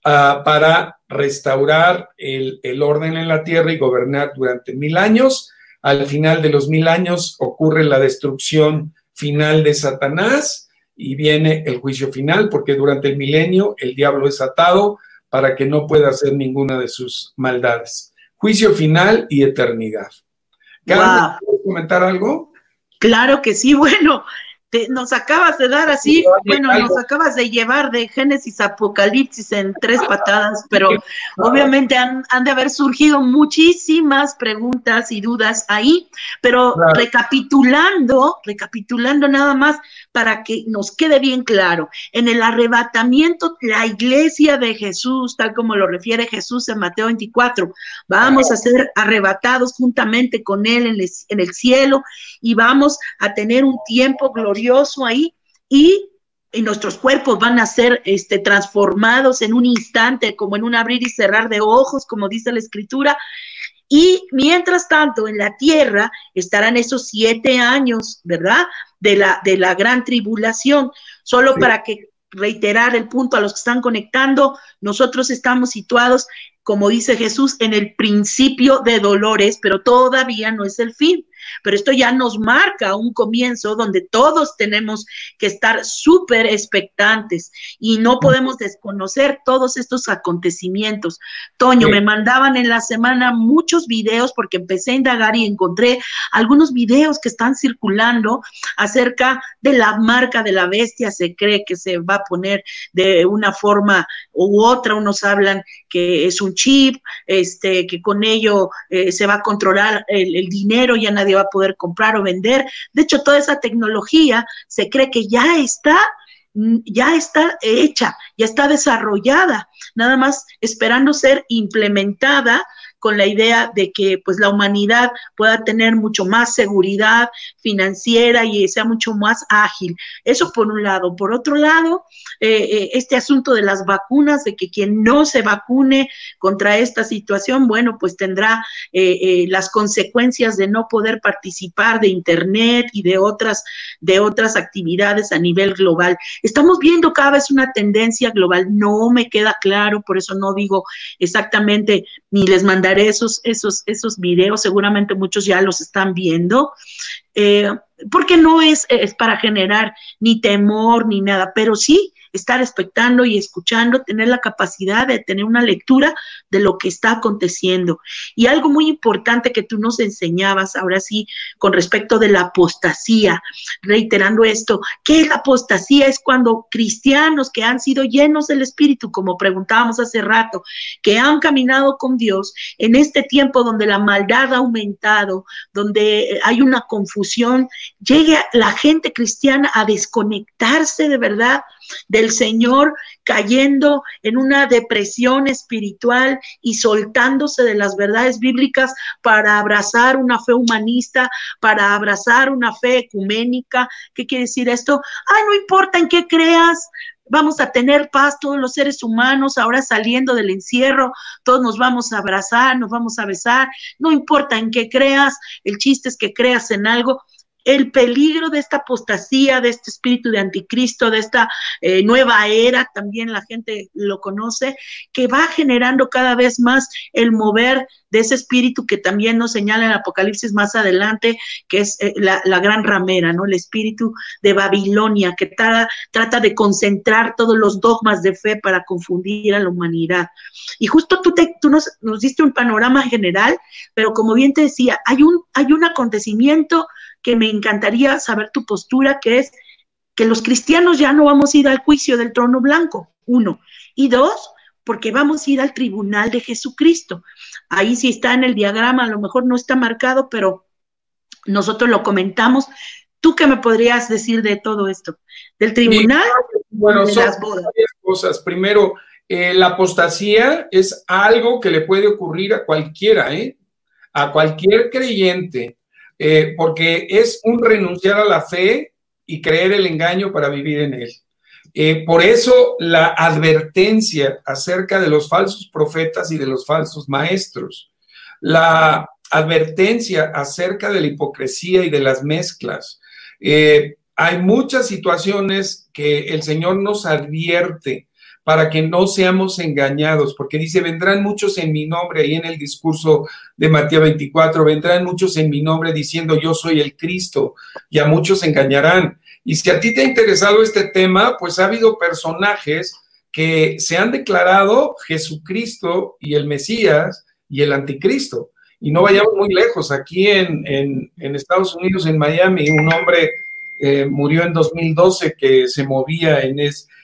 para restaurar el orden en la tierra y gobernar durante 1000 años. Al final de los 1000 años ocurre la destrucción final de Satanás y viene el juicio final, porque durante el milenio el diablo es atado para que no pueda hacer ninguna de sus maldades. Juicio final y eternidad. Carmen, ¿quieres comentar algo? Claro que sí, bueno. Nos acabas de dar así, bueno, nos acabas de llevar de Génesis a Apocalipsis en 3 patadas, pero obviamente han de haber surgido muchísimas preguntas y dudas ahí, pero recapitulando nada más para que nos quede bien claro, en el arrebatamiento, la iglesia de Jesús, tal como lo refiere Jesús en Mateo 24, vamos a ser arrebatados juntamente con él en el cielo y vamos a tener un tiempo glorioso ahí y nuestros cuerpos van a ser transformados en un instante, como en un abrir y cerrar de ojos, como dice la Escritura. Y mientras tanto, en la tierra estarán esos 7 años, ¿verdad?, de la gran tribulación. Solo para que reiterar el punto a los que están conectando, nosotros estamos situados, como dice Jesús, en el principio de dolores, pero todavía no es el fin. Pero esto ya nos marca un comienzo donde todos tenemos que estar súper expectantes y no podemos desconocer todos estos acontecimientos. Toño, me mandaban en la semana muchos videos porque empecé a indagar y encontré algunos videos que están circulando acerca de la marca de la bestia. Se cree que se va a poner de una forma u otra. Unos hablan que es un chip, que con ello se va a controlar el dinero, ya nadie va a poder comprar o vender. De hecho, toda esa tecnología se cree que ya está hecha, ya está desarrollada, nada más esperando ser implementada con la idea de que pues la humanidad pueda tener mucho más seguridad financiera y sea mucho más ágil. Eso por un lado. Por otro lado, este asunto de las vacunas, de que quien no se vacune contra esta situación, bueno, pues tendrá las consecuencias de no poder participar de internet y de otras actividades a nivel global. Estamos viendo cada vez una tendencia global, no me queda claro, por eso no digo exactamente, ni les mandaré esos videos, seguramente muchos ya los están viendo, porque no es para generar ni temor ni nada, pero sí estar expectando y escuchando, tener la capacidad de tener una lectura de lo que está aconteciendo. Y algo muy importante que tú nos enseñabas, ahora sí, con respecto de la apostasía, reiterando esto, ¿qué es la apostasía? Es cuando cristianos que han sido llenos del Espíritu, como preguntábamos hace rato, que han caminado con Dios en este tiempo donde la maldad ha aumentado, donde hay una confusión, llegue la gente cristiana a desconectarse de verdad del Señor, cayendo en una depresión espiritual y soltándose de las verdades bíblicas para abrazar una fe humanista, para abrazar una fe ecuménica. ¿Qué quiere decir esto? No importa en qué creas, vamos a tener paz todos los seres humanos, ahora saliendo del encierro, todos nos vamos a abrazar, nos vamos a besar, no importa en qué creas, el chiste es que creas en algo. El peligro de esta apostasía, de este espíritu de anticristo, de esta nueva era, también la gente lo conoce, que va generando cada vez más el mover de ese espíritu que también nos señala en Apocalipsis más adelante, que es la gran ramera, ¿no? El espíritu de Babilonia, que trata de concentrar todos los dogmas de fe para confundir a la humanidad. Y justo tú nos diste un panorama general, pero como bien te decía, hay un acontecimiento que me encantaría saber tu postura, que es que los cristianos ya no vamos a ir al juicio del trono blanco, 1, y 2, porque vamos a ir al tribunal de Jesucristo. Ahí sí está en el diagrama, a lo mejor no está marcado, pero nosotros lo comentamos. ¿Tú qué me podrías decir de todo esto? ¿Del tribunal? Bueno, son varias cosas. Primero, la apostasía es algo que le puede ocurrir a cualquiera, a cualquier creyente, porque es un renunciar a la fe y creer el engaño para vivir en él. Por eso la advertencia acerca de los falsos profetas y de los falsos maestros, la advertencia acerca de la hipocresía y de las mezclas. Hay muchas situaciones que el Señor nos advierte para que no seamos engañados, porque dice, vendrán muchos en mi nombre, ahí en el discurso de Mateo 24, vendrán muchos en mi nombre diciendo yo soy el Cristo, y a muchos engañarán. Y si a ti te ha interesado este tema, pues ha habido personajes que se han declarado Jesucristo y el Mesías y el Anticristo. Y no vayamos muy lejos, aquí en Estados Unidos, en Miami, un hombre murió en 2012 que se movía en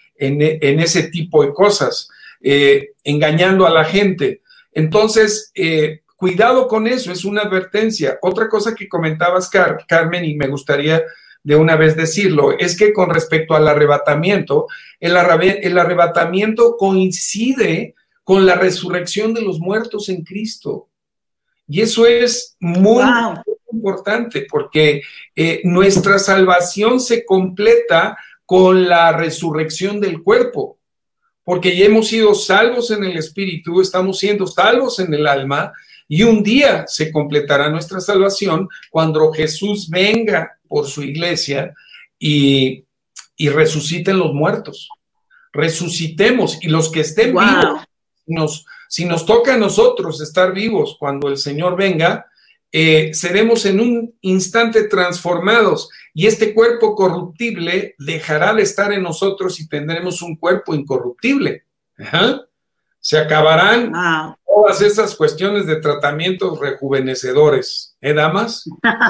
ese tipo de cosas, engañando a la gente. Entonces, cuidado con eso, es una advertencia. Otra cosa que comentabas, Carmen, y me gustaría de una vez decirlo, es que con respecto al arrebatamiento, el arrebatamiento coincide con la resurrección de los muertos en Cristo. Y eso es muy importante, porque nuestra salvación se completa con la resurrección del cuerpo, porque ya hemos sido salvos en el espíritu, estamos siendo salvos en el alma, y un día se completará nuestra salvación cuando Jesús venga por su iglesia y resuciten los muertos. Resucitemos, y los que estén vivos, si nos toca a nosotros estar vivos cuando el Señor venga, seremos en un instante transformados, y este cuerpo corruptible dejará de estar en nosotros y tendremos un cuerpo incorruptible. Ajá. Se acabarán todas esas cuestiones de tratamientos rejuvenecedores, damas?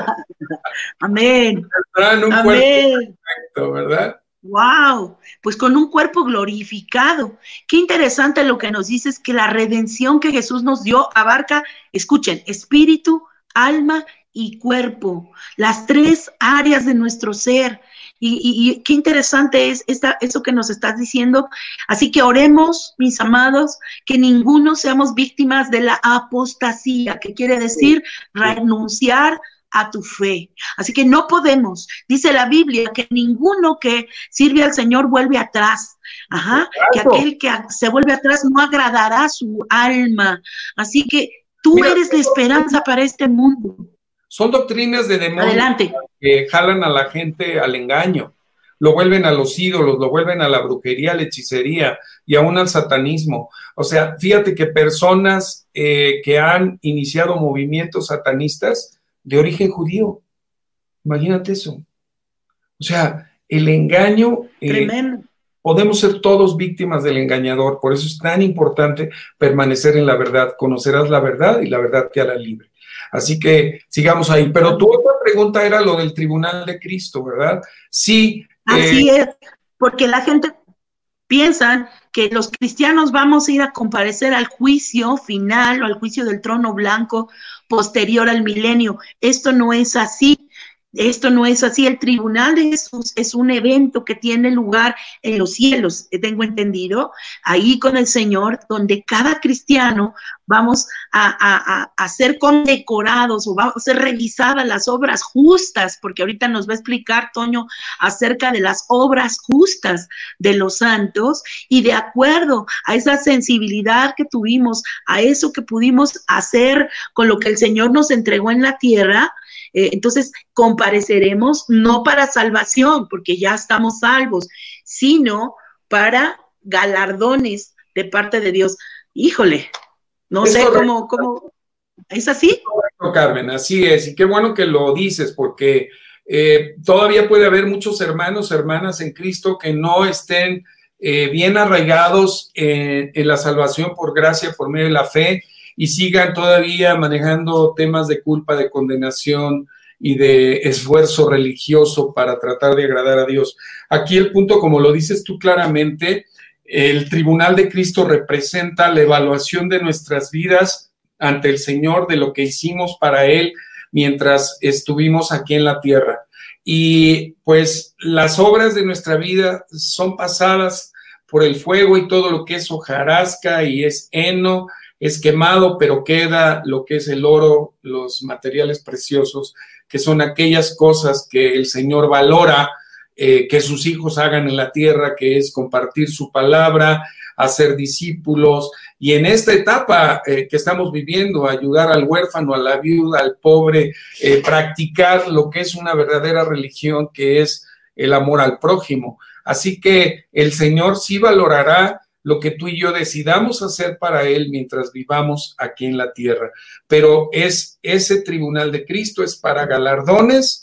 Amén. Un Amén. Cuerpo perfecto, ¿verdad? Wow, pues con un cuerpo glorificado. Qué interesante lo que nos dices, que la redención que Jesús nos dio abarca, escuchen, espíritu, alma y cuerpo, las 3 áreas de nuestro ser. Y qué interesante es eso que nos estás diciendo. Así que oremos, mis amados, que ninguno seamos víctimas de la apostasía, que quiere decir renunciar a tu fe. Así que no podemos, dice la Biblia, que ninguno que sirve al Señor vuelve atrás. Ajá, que aquel que se vuelve atrás no agradará a su alma. Así que tú eres la esperanza para este mundo. Son doctrinas de demonios. Adelante. Que jalan a la gente al engaño, lo vuelven a los ídolos, lo vuelven a la brujería, a la hechicería y aún al satanismo. O sea, fíjate que personas que han iniciado movimientos satanistas de origen judío, imagínate eso. O sea, el engaño, tremendo. Podemos ser todos víctimas del engañador, por eso es tan importante permanecer en la verdad. Conocerás la verdad y la verdad te hará libre. Así que sigamos ahí. Pero tu otra pregunta era lo del tribunal de Cristo, ¿verdad? Sí. Así es, porque la gente piensa que los cristianos vamos a ir a comparecer al juicio final o al juicio del trono blanco posterior al milenio. Esto no es así. Esto no es así. El tribunal de Jesús es un evento que tiene lugar en los cielos, tengo entendido, ahí con el Señor, donde cada cristiano vamos a ser condecorados o vamos a ser revisadas las obras justas, porque ahorita nos va a explicar Toño acerca de las obras justas de los santos, y de acuerdo a esa sensibilidad que tuvimos, a eso que pudimos hacer con lo que el Señor nos entregó en la tierra, entonces compareceremos no para salvación, porque ya estamos salvos, sino para galardones de parte de Dios. Híjole, no sé cómo. ¿Es así? Correcto, Carmen, así es. Y qué bueno que lo dices, porque todavía puede haber muchos hermanos, hermanas en Cristo que no estén bien arraigados en la salvación por gracia, por medio de la fe, y sigan todavía manejando temas de culpa, de condenación y de esfuerzo religioso para tratar de agradar a Dios. Aquí el punto, como lo dices tú claramente, el tribunal de Cristo representa la evaluación de nuestras vidas ante el Señor, de lo que hicimos para Él mientras estuvimos aquí en la tierra. Y pues las obras de nuestra vida son pasadas por el fuego, y todo lo que es hojarasca y es heno es quemado, pero queda lo que es el oro, los materiales preciosos, que son aquellas cosas que el Señor valora que sus hijos hagan en la tierra, que es compartir su palabra, hacer discípulos, y en esta etapa que estamos viviendo, ayudar al huérfano, a la viuda, al pobre, practicar lo que es una verdadera religión, que es el amor al prójimo. Así que el Señor sí valorará lo que tú y yo decidamos hacer para Él mientras vivamos aquí en la tierra. Pero ese tribunal de Cristo es para galardones,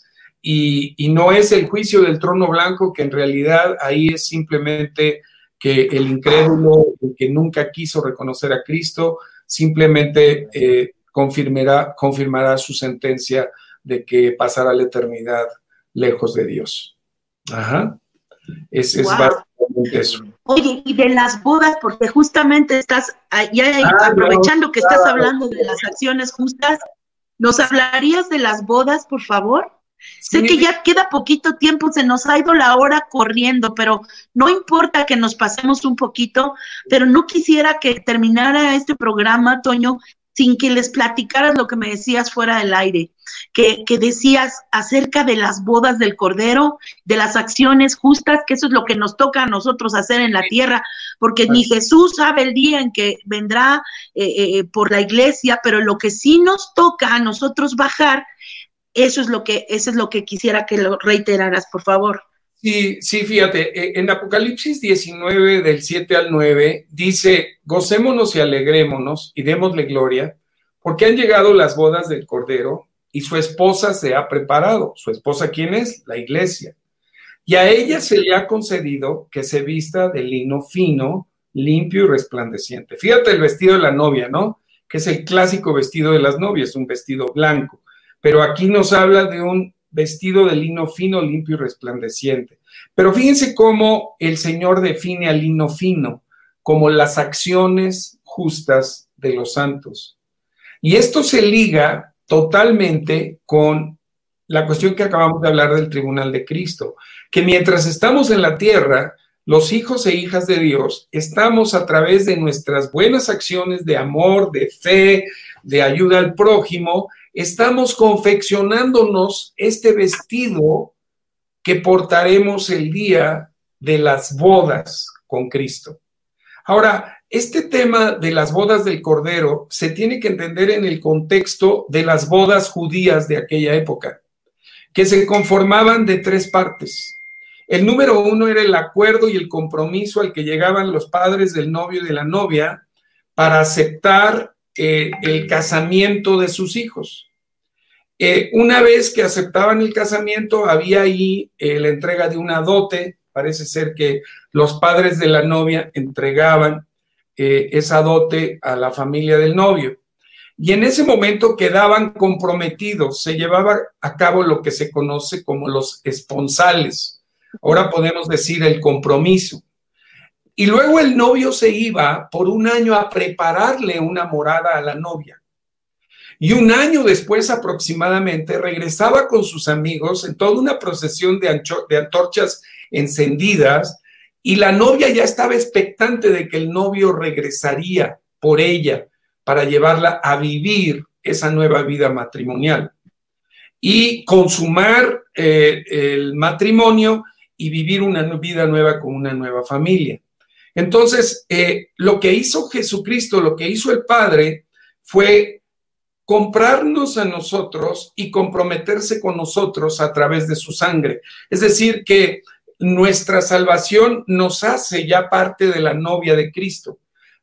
y no es el juicio del trono blanco, que en realidad ahí es simplemente que el incrédulo, el que nunca quiso reconocer a Cristo, simplemente confirmará su sentencia de que pasará la eternidad lejos de Dios. Ajá. Es básicamente eso. Oye, y de las bodas, porque justamente estás aprovechando que estás hablando de las acciones justas, ¿nos hablarías de las bodas, por favor? Sí. Sé que ya queda poquito tiempo, se nos ha ido la hora corriendo, pero no importa que nos pasemos un poquito, pero no quisiera que terminara este programa, Toño, sin que les platicaras lo que me decías fuera del aire, que decías acerca de las bodas del Cordero, de las acciones justas, que eso es lo que nos toca a nosotros hacer en la tierra, porque ni Jesús sabe el día en que vendrá por la iglesia, pero lo que sí nos toca a nosotros bajar, eso es lo que quisiera que lo reiteraras, por favor. Sí, fíjate, en Apocalipsis 19, del 7 al 9, dice: gocémonos y alegrémonos y démosle gloria, porque han llegado las bodas del Cordero y su esposa se ha preparado. ¿Su esposa quién es? La iglesia. Y a ella se le ha concedido que se vista de lino fino, limpio y resplandeciente. Fíjate el vestido de la novia, ¿no? Que es el clásico vestido de las novias, un vestido blanco. Pero aquí nos habla de un vestido de lino fino, limpio y resplandeciente. Pero fíjense cómo el Señor define al lino fino como las acciones justas de los santos. Y esto se liga totalmente con la cuestión que acabamos de hablar del tribunal de Cristo, que mientras estamos en la tierra, los hijos e hijas de Dios estamos, a través de nuestras buenas acciones de amor, de fe, de ayuda al prójimo, estamos confeccionándonos este vestido que portaremos el día de las bodas con Cristo. Ahora, este tema de las bodas del Cordero se tiene que entender en el contexto de las bodas judías de aquella época, que se conformaban de tres partes. El número uno era el acuerdo y el compromiso al que llegaban los padres del novio y de la novia para aceptar el casamiento de sus hijos. Una vez que aceptaban el casamiento, había ahí la entrega de una dote. Parece ser que los padres de la novia entregaban esa dote a la familia del novio. Y en ese momento quedaban comprometidos, se llevaba a cabo lo que se conoce como los esponsales. Ahora podemos decir el compromiso. Y luego el novio se iba por un año a prepararle una morada a la novia. Y un año después aproximadamente regresaba con sus amigos en toda una procesión de antorchas encendidas, y la novia ya estaba expectante de que el novio regresaría por ella para llevarla a vivir esa nueva vida matrimonial y consumar el matrimonio y vivir una vida nueva con una nueva familia. Entonces, lo que hizo Jesucristo, lo que hizo el Padre, fue comprarnos a nosotros y comprometerse con nosotros a través de su sangre. Es decir, que nuestra salvación nos hace ya parte de la novia de Cristo.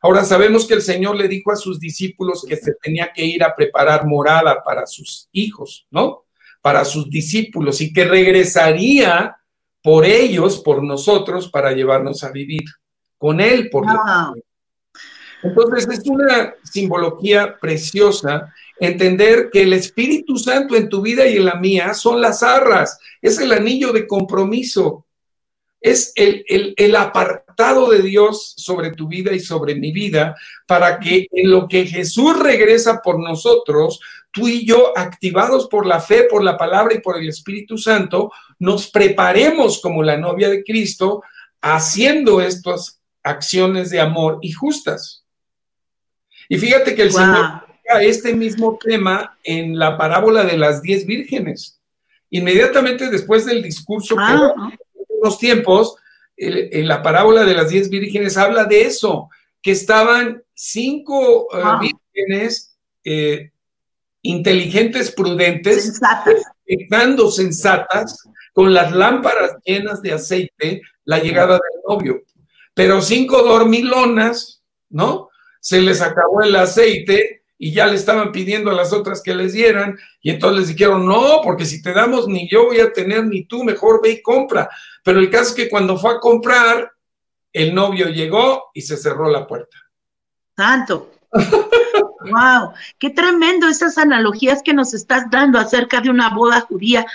Ahora sabemos que el Señor le dijo a sus discípulos que se tenía que ir a preparar morada para sus hijos, ¿no? Para sus discípulos, y que regresaría por ellos, por nosotros, para llevarnos a vivir con Él. Entonces es una simbología preciosa entender que el Espíritu Santo en tu vida y en la mía son las arras, es el anillo de compromiso, es el apartado de Dios sobre tu vida y sobre mi vida, para que en lo que Jesús regresa por nosotros, tú y yo, activados por la fe, por la palabra y por el Espíritu Santo, nos preparemos como la novia de Cristo, haciendo estas acciones de amor y justas. Y fíjate que el Señor toca este mismo tema en la parábola de las 10 vírgenes. Inmediatamente después del discurso que en unos tiempos, en la parábola de las 10 vírgenes habla de eso, que estaban 5 vírgenes inteligentes, prudentes, sensatas, con las lámparas llenas de aceite, la llegada del novio. Pero 5 dormilonas, ¿no? Se les acabó el aceite y ya le estaban pidiendo a las otras que les dieran, y entonces les dijeron, no, porque si te damos ni yo voy a tener ni tú, mejor ve y compra. Pero el caso es que cuando fue a comprar, el novio llegó y se cerró la puerta. ¡Santo! ¡Wow! ¡Qué tremendo esas analogías que nos estás dando acerca de una boda judía!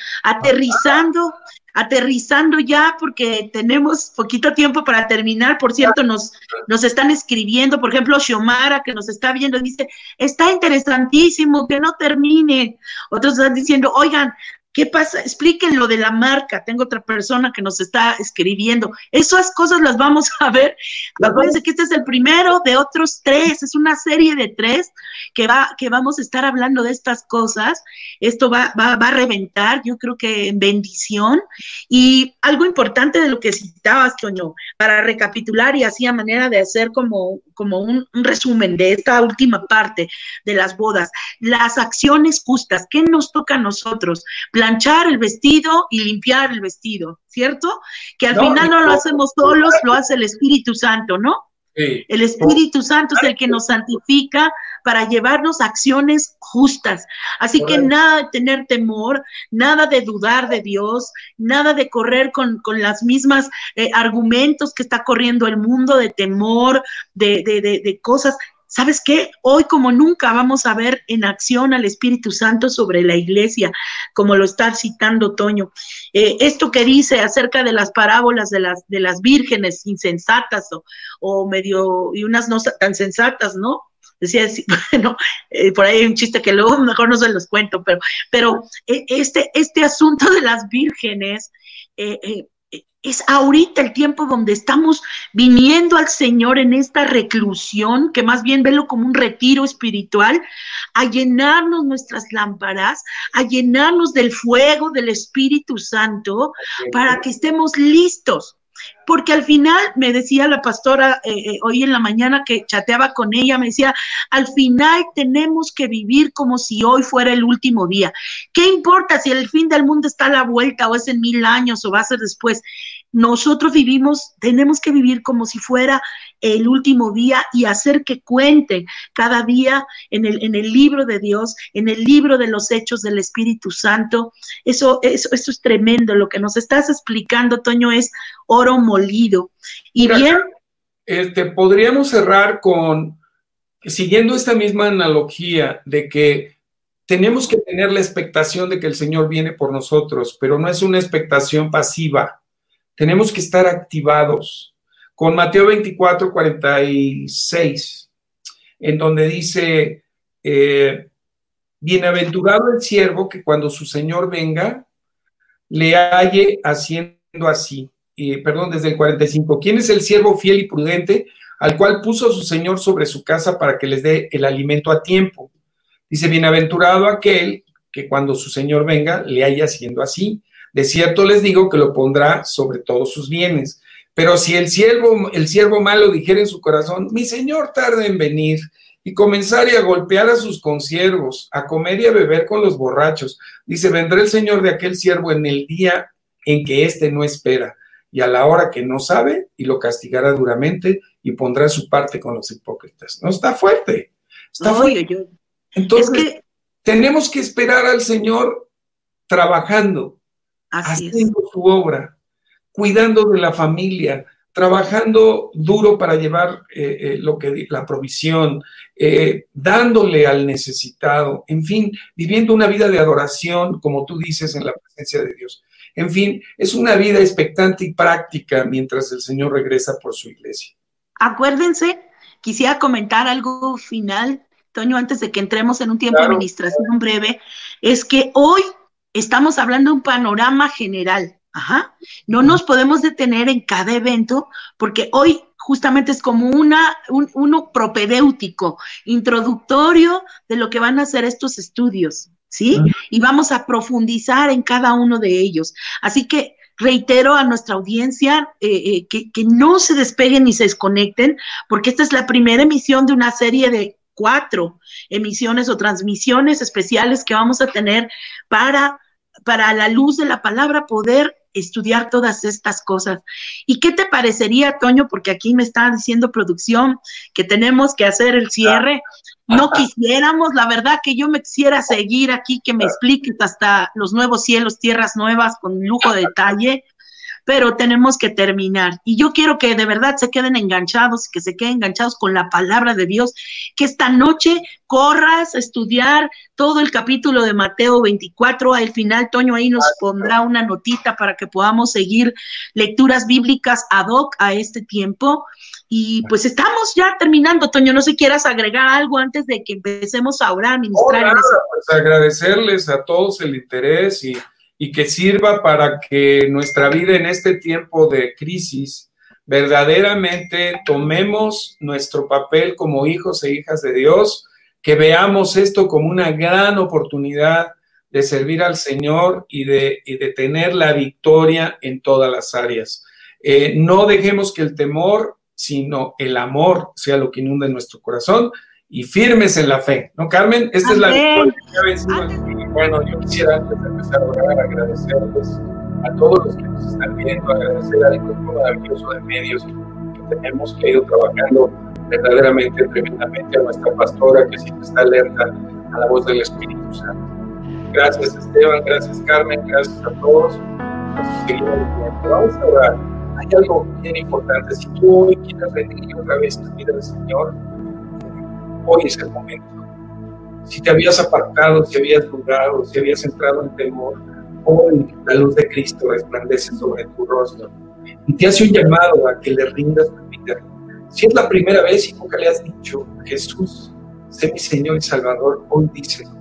Aterrizando ya, porque tenemos poquito tiempo para terminar. Por cierto, nos están escribiendo, por ejemplo, Xiomara, que nos está viendo, dice, está interesantísimo, que no termine. Otros están diciendo, oigan, ¿qué pasa? Explíquenlo de la marca. Tengo otra persona que nos está escribiendo. Esas cosas las vamos a ver. Acuérdense que este es el primero de otros 3. Es una serie de 3 que vamos a estar hablando de estas cosas. Esto va a reventar, yo creo que en bendición. Y algo importante de lo que citabas, Toño, para recapitular y así a manera de hacer como un resumen de esta última parte de las bodas. Las acciones justas, ¿qué nos toca a nosotros? Planchar el vestido y limpiar el vestido, ¿cierto? Que al final no lo hacemos solos, lo hace el Espíritu Santo, ¿no? Sí. El Espíritu Santo es el que nos santifica para llevarnos a acciones justas. Así que nada de tener temor, nada de dudar de Dios, nada de correr con las mismas argumentos que está corriendo el mundo, de temor, de cosas. ¿Sabes qué? Hoy como nunca vamos a ver en acción al Espíritu Santo sobre la iglesia, como lo está citando Toño. Esto que dice acerca de las parábolas de las vírgenes insensatas o medio, y unas no tan sensatas, ¿no? Decía, bueno, por ahí hay un chiste que luego mejor no se los cuento, pero este asunto de las vírgenes, es ahorita el tiempo donde estamos viniendo al Señor en esta reclusión, que más bien velo como un retiro espiritual, a llenarnos nuestras lámparas, a llenarnos del fuego del Espíritu Santo, para que estemos listos. Porque al final, me decía la pastora hoy en la mañana que chateaba con ella, me decía, al final tenemos que vivir como si hoy fuera el último día. ¿Qué importa si el fin del mundo está a la vuelta o es en 1000 años o va a ser después? Nosotros tenemos que vivir como si fuera el último día y hacer que cuente cada día en el libro de Dios, en el libro de los hechos del Espíritu Santo. Eso es tremendo. Lo que nos estás explicando, Toño, es oro molido. Y mira, bien. Podríamos cerrar siguiendo esta misma analogía de que tenemos que tener la expectación de que el Señor viene por nosotros, pero no es una expectación pasiva. Tenemos que estar activados. Con Mateo 24, 46, en donde dice, bienaventurado el siervo que cuando su Señor venga, le halle haciendo así. Desde el 45. ¿Quién es el siervo fiel y prudente al cual puso su Señor sobre su casa para que les dé el alimento a tiempo? Dice, bienaventurado aquel que cuando su Señor venga, le halle haciendo así. De cierto les digo que lo pondrá sobre todos sus bienes. Pero si el siervo malo dijera en su corazón, mi Señor tarda en venir, y comenzare a golpear a sus consiervos, a comer y a beber con los borrachos, dice, vendrá el Señor de aquel siervo en el día en que éste no espera, y a la hora que no sabe, y lo castigará duramente, y pondrá su parte con los hipócritas. No, está fuerte. Está fuerte. Entonces, tenemos que esperar al Señor trabajando, haciendo su obra, cuidando de la familia, trabajando duro para llevar la provisión, dándole al necesitado, en fin, viviendo una vida de adoración, como tú dices, en la presencia de Dios. En fin, es una vida expectante y práctica mientras el Señor regresa por su iglesia. Acuérdense, quisiera comentar algo final, Toño, antes de que entremos en un tiempo de administración breve, es que hoy estamos hablando de un panorama general. No nos podemos detener en cada evento, porque hoy justamente es como uno propedéutico, introductorio de lo que van a ser estos estudios, ¿sí? Y vamos a profundizar en cada uno de ellos. Así que reitero a nuestra audiencia que no se despeguen ni se desconecten, porque esta es la primera emisión de una serie de 4 emisiones o transmisiones especiales que vamos a tener para a la luz de la palabra poder estudiar todas estas cosas. ¿Y qué te parecería, Toño? Porque aquí me está diciendo producción que tenemos que hacer el cierre. No quisiéramos, la verdad que yo me quisiera seguir aquí, que me expliques hasta los nuevos cielos, tierras nuevas, con lujo de detalle, pero tenemos que terminar. Y yo quiero que de verdad se queden enganchados, que se queden enganchados con la palabra de Dios, que esta noche corras a estudiar todo el capítulo de Mateo 24. Al final, Toño ahí nos pondrá una notita para que podamos seguir lecturas bíblicas ad hoc a este tiempo. Y pues estamos ya terminando, Toño. No sé si quieras agregar algo antes de que empecemos a orar, a ministrar. Pues agradecerles a todos el interés y que sirva para que nuestra vida en este tiempo de crisis verdaderamente tomemos nuestro papel como hijos e hijas de Dios, que veamos esto como una gran oportunidad de servir al Señor y de tener la victoria en todas las áreas. No dejemos que el temor, sino el amor sea lo que inunde nuestro corazón, y firmes en la fe, ¿no, Carmen? Esta es la victoria que ha vencido. Y bueno, yo quisiera antes de empezar a orar, agradecerles a todos los que nos están viendo, agradecer al grupo maravilloso de medios que tenemos, que ha ido trabajando verdaderamente, tremendamente, a nuestra pastora que siempre está alerta a la voz del Espíritu Santo. Gracias, Esteban, gracias, Carmen, gracias a todos. Seguimos viendo. Vamos a orar. Hay algo bien importante. Si tú hoy quieres rendir otra vez tu vida al Señor, hoy es el momento. Si te habías apartado, si habías dudado, si habías entrado en temor, hoy la luz de Cristo resplandece sobre tu rostro y te hace un llamado a que le rindas tu vida. Si es la primera vez y nunca le has dicho, Jesús, sé mi Señor y Salvador, hoy díselo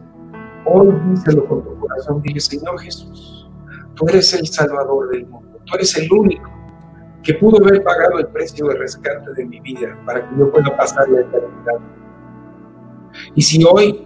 con tu corazón. Dile, Señor Jesús, tú eres el Salvador del mundo, tú eres el único que pudo haber pagado el precio de rescate de mi vida para que yo pueda pasar la eternidad. Y si hoy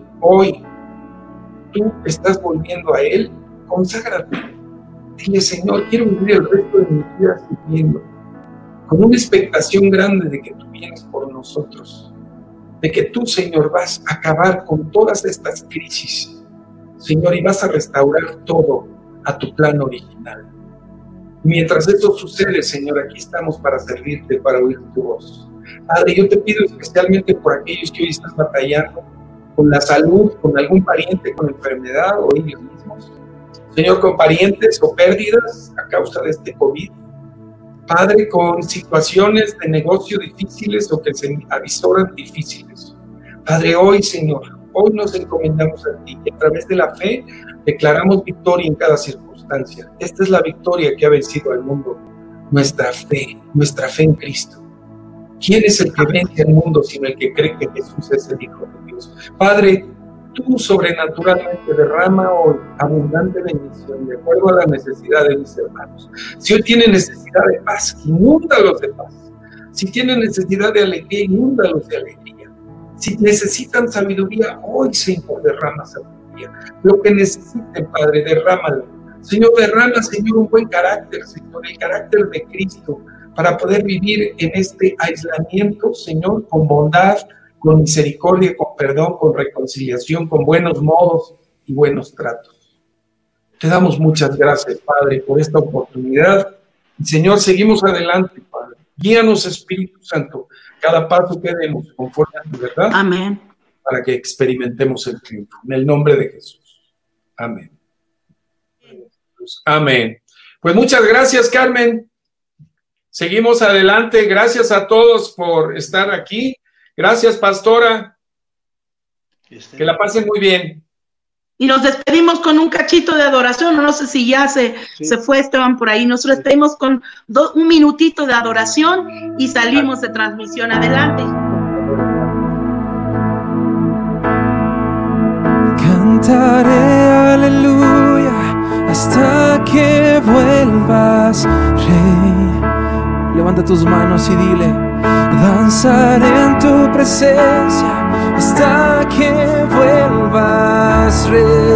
tú estás volviendo a Él, conságrate. Dile, Señor, quiero vivir el resto de mi vida sirviendo, con una expectación grande de que tú vienes por nosotros, de que tú, Señor, vas a acabar con todas estas crisis, Señor, y vas a restaurar todo a tu plan original. Mientras esto sucede, Señor, aquí estamos para servirte, para oír tu voz. Padre, yo te pido especialmente por aquellos que hoy están batallando con la salud, con algún pariente con enfermedad o ellos mismos. Señor, con parientes o pérdidas a causa de este COVID. Padre, con situaciones de negocio difíciles o que se avisoran difíciles. Padre, hoy, Señor, hoy nos encomendamos a ti y a través de la fe declaramos victoria en cada circunstancia. Esta es la victoria que ha vencido al mundo, nuestra fe en Cristo. ¿Quién es el que vence al mundo sino el que cree que Jesús es el Hijo de Dios? Padre, tú sobrenaturalmente derrama hoy abundante bendición de acuerdo a la necesidad de mis hermanos. Si hoy tienen necesidad de paz, inúndalos de paz. Si tienen necesidad de alegría, inúndalos de alegría. Si necesitan sabiduría, hoy, Señor, derrama sabiduría. Lo que necesiten, Padre, derrámalo. Señor, derrama, Señor, un buen carácter, Señor, el carácter de Cristo, para poder vivir en este aislamiento, Señor, con bondad, con misericordia, con perdón, con reconciliación, con buenos modos y buenos tratos. Te damos muchas gracias, Padre, por esta oportunidad. Y, Señor, seguimos adelante, Padre. Guíanos, Espíritu Santo, cada paso que demos conforme a tu verdad. Amén. Para que experimentemos el triunfo. En el nombre de Jesús. Amén. Amén. Pues muchas gracias, Carmen. Seguimos adelante. Gracias a todos por estar aquí. Gracias, pastora. Que la pasen muy bien. Y nos despedimos con un cachito de adoración. No sé si ya se fue Esteban por ahí. Nos despedimos con un minutito de adoración y salimos de transmisión. Adelante. Cantaré aleluya hasta que vuelvas, Rey. Levanta tus manos y dile: danzaré en tu presencia hasta que vuelvas, Rey.